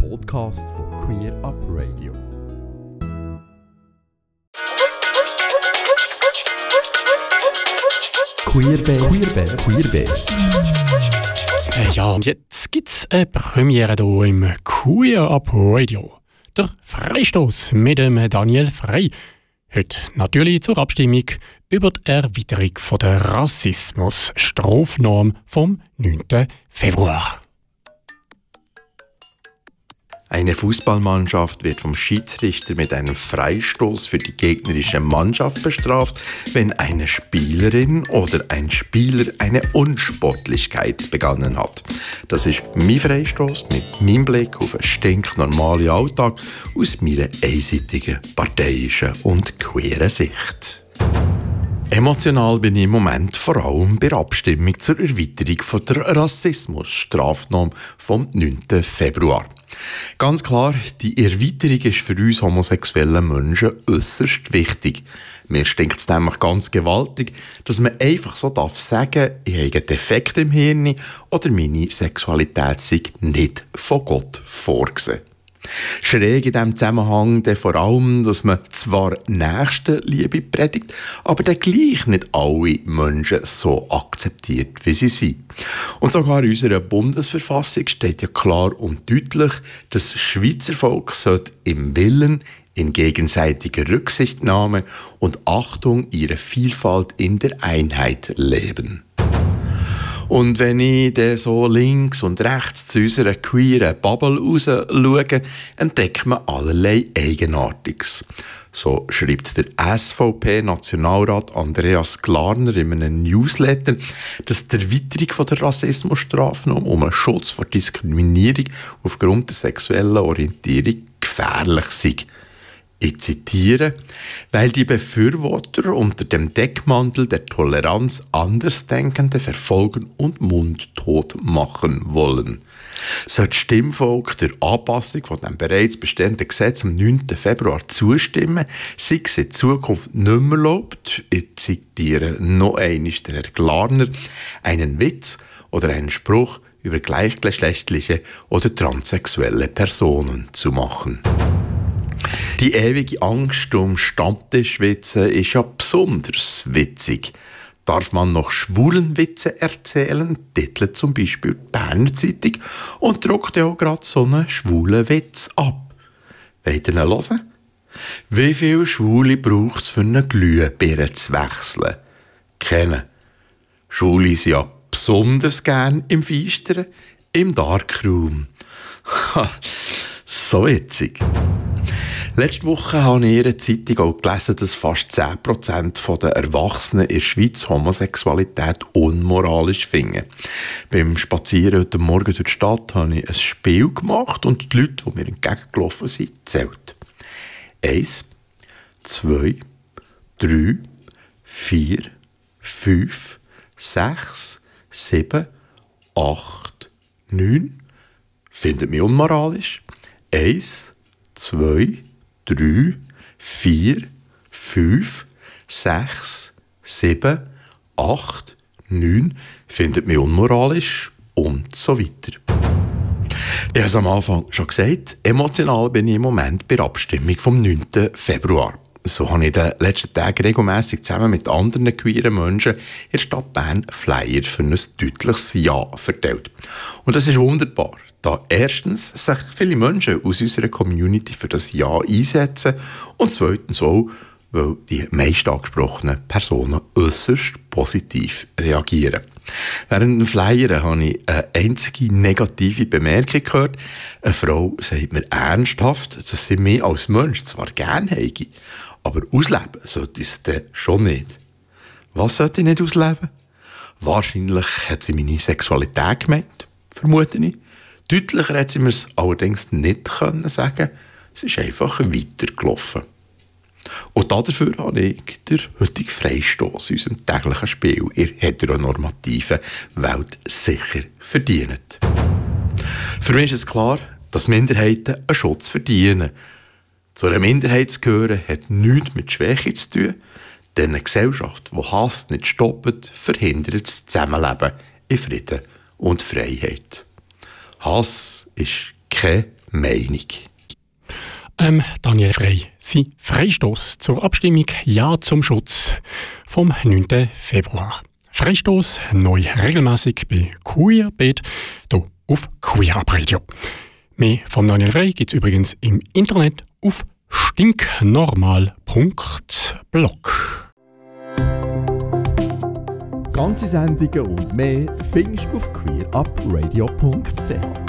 Podcast von Queer Up Radio. Queerbait. Ja, und jetzt gibt's eine Premiere hier im Queer Up Radio. Der Freistoß mit dem Daniel Frey. Heute natürlich zur Abstimmung über die Erweiterung der Rassismus-Strafnorm vom 9. Februar. Eine Fußballmannschaft wird vom Schiedsrichter mit einem Freistoß für die gegnerische Mannschaft bestraft, wenn eine Spielerin oder ein Spieler eine Unsportlichkeit begangen hat. Das ist mein Freistoß mit meinem Blick auf einen stinknormalen Alltag aus meiner einseitigen, parteiischen und queeren Sicht. Emotional bin ich im Moment vor allem bei der Abstimmung zur Erweiterung der Rassismus-Strafnorm vom 9. Februar. Ganz klar, die Erweiterung ist für uns homosexuelle Menschen äußerst wichtig. Mir stinkt es nämlich ganz gewaltig, dass man einfach so sagen darf, ich habe einen Defekt im Hirn oder meine Sexualität sei nicht von Gott vorgesehen. Schräg in diesem Zusammenhang vor allem, dass man zwar Nächstenliebe predigt, aber dann gleich nicht alle Menschen so akzeptiert, wie sie sind. Und sogar in unserer Bundesverfassung steht ja klar und deutlich, dass das Schweizer Volk im Willen, in gegenseitiger Rücksichtnahme und Achtung ihrer Vielfalt in der Einheit leben. Und wenn ich dann so links und rechts zu unserer queeren Bubble raus schaue, entdeckt man allerlei Eigenartiges. So schreibt der SVP-Nationalrat Andreas Glarner in einem Newsletter, dass die Erweiterung der Rassismusstrafnorm um einen Schutz vor Diskriminierung aufgrund der sexuellen Orientierung gefährlich sei. Ich zitiere, weil die Befürworter unter dem Deckmantel der Toleranz Andersdenkende verfolgen und mundtot machen wollen. Soll das Stimmvolk der Anpassung von dem bereits bestehenden Gesetz am 9. Februar zustimmen, sei es in Zukunft nicht mehr erlaubt, ich zitiere noch einmal den Herrn Glarner, einen Witz oder einen Spruch über gleichgeschlechtliche oder transsexuelle Personen zu machen. Die ewige Angst um Stammtischwitze ist ja besonders witzig. Darf man noch Schwulenwitze erzählen, titelt zum Beispiel die Berner Zeitung und druckt ja auch gerade so einen schwulen Witz ab. Wollt ihr ihn hören? Wie viele Schwule braucht es, für eine Glühbirne zu wechseln? Keine. Schwule sind ja besonders gern im Feisteren, im Darkroom. So witzig. Letzte Woche habe ich in einer Zeitung auch gelesen, dass fast 10% der Erwachsenen in der Schweiz Homosexualität unmoralisch finden. Beim Spazieren heute Morgen durch die Stadt habe ich ein Spiel gemacht und die Leute, die mir entgegengelaufen sind, zählt. 1, 2, 3, 4, 5, 6, 7, 8, 9. Findet mich unmoralisch. 1, 2, 3, 4, 5, 6, 7, 8, 9, findet mich unmoralisch und so weiter. Ich habe es am Anfang schon gesagt, emotional bin ich im Moment bei der Abstimmung vom 9. Februar. So habe ich in den letzten Tagen regelmässig zusammen mit anderen queeren Menschen in der Stadt Bern Flyer für ein deutliches Ja verteilt. Und das ist wunderbar, da erstens sich viele Menschen aus unserer Community für das Ja einsetzen und zweitens auch, weil die meist angesprochenen Personen äußerst positiv reagieren. Während dem Flyer habe ich eine einzige negative Bemerkung gehört. Eine Frau sagt mir ernsthaft, dass sie mich als Mensch zwar gerne hätte, aber ausleben sollte ich es dann schon nicht. Was sollte ich nicht ausleben? Wahrscheinlich hat sie meine Sexualität gemeint, vermute ich. Deutlicher hat sie mir es allerdings nicht können sagen. Es ist einfach weitergelaufen. Und dafür habe ich den heutigen Freistoß in unserem täglichen Spiel in der heteronormativen Welt sicher verdient. Für mich ist es klar, dass Minderheiten einen Schutz verdienen. Zu einer Minderheit zu gehören hat nichts mit Schwäche zu tun, denn eine Gesellschaft, die Hass nicht stoppt, verhindert das Zusammenleben in Frieden und Freiheit. Hass ist keine Meinung. Daniel Frey, sein Freistoß zur Abstimmung Ja zum Schutz vom 9. Februar. Freistoß neu regelmäßig bei Queer Beat hier auf Queer Up Radio. Mehr von Daniel Frey gibt es übrigens im Internet auf stinknormal.blog. Ganze Sendungen und mehr findest du auf queerupradio.ch.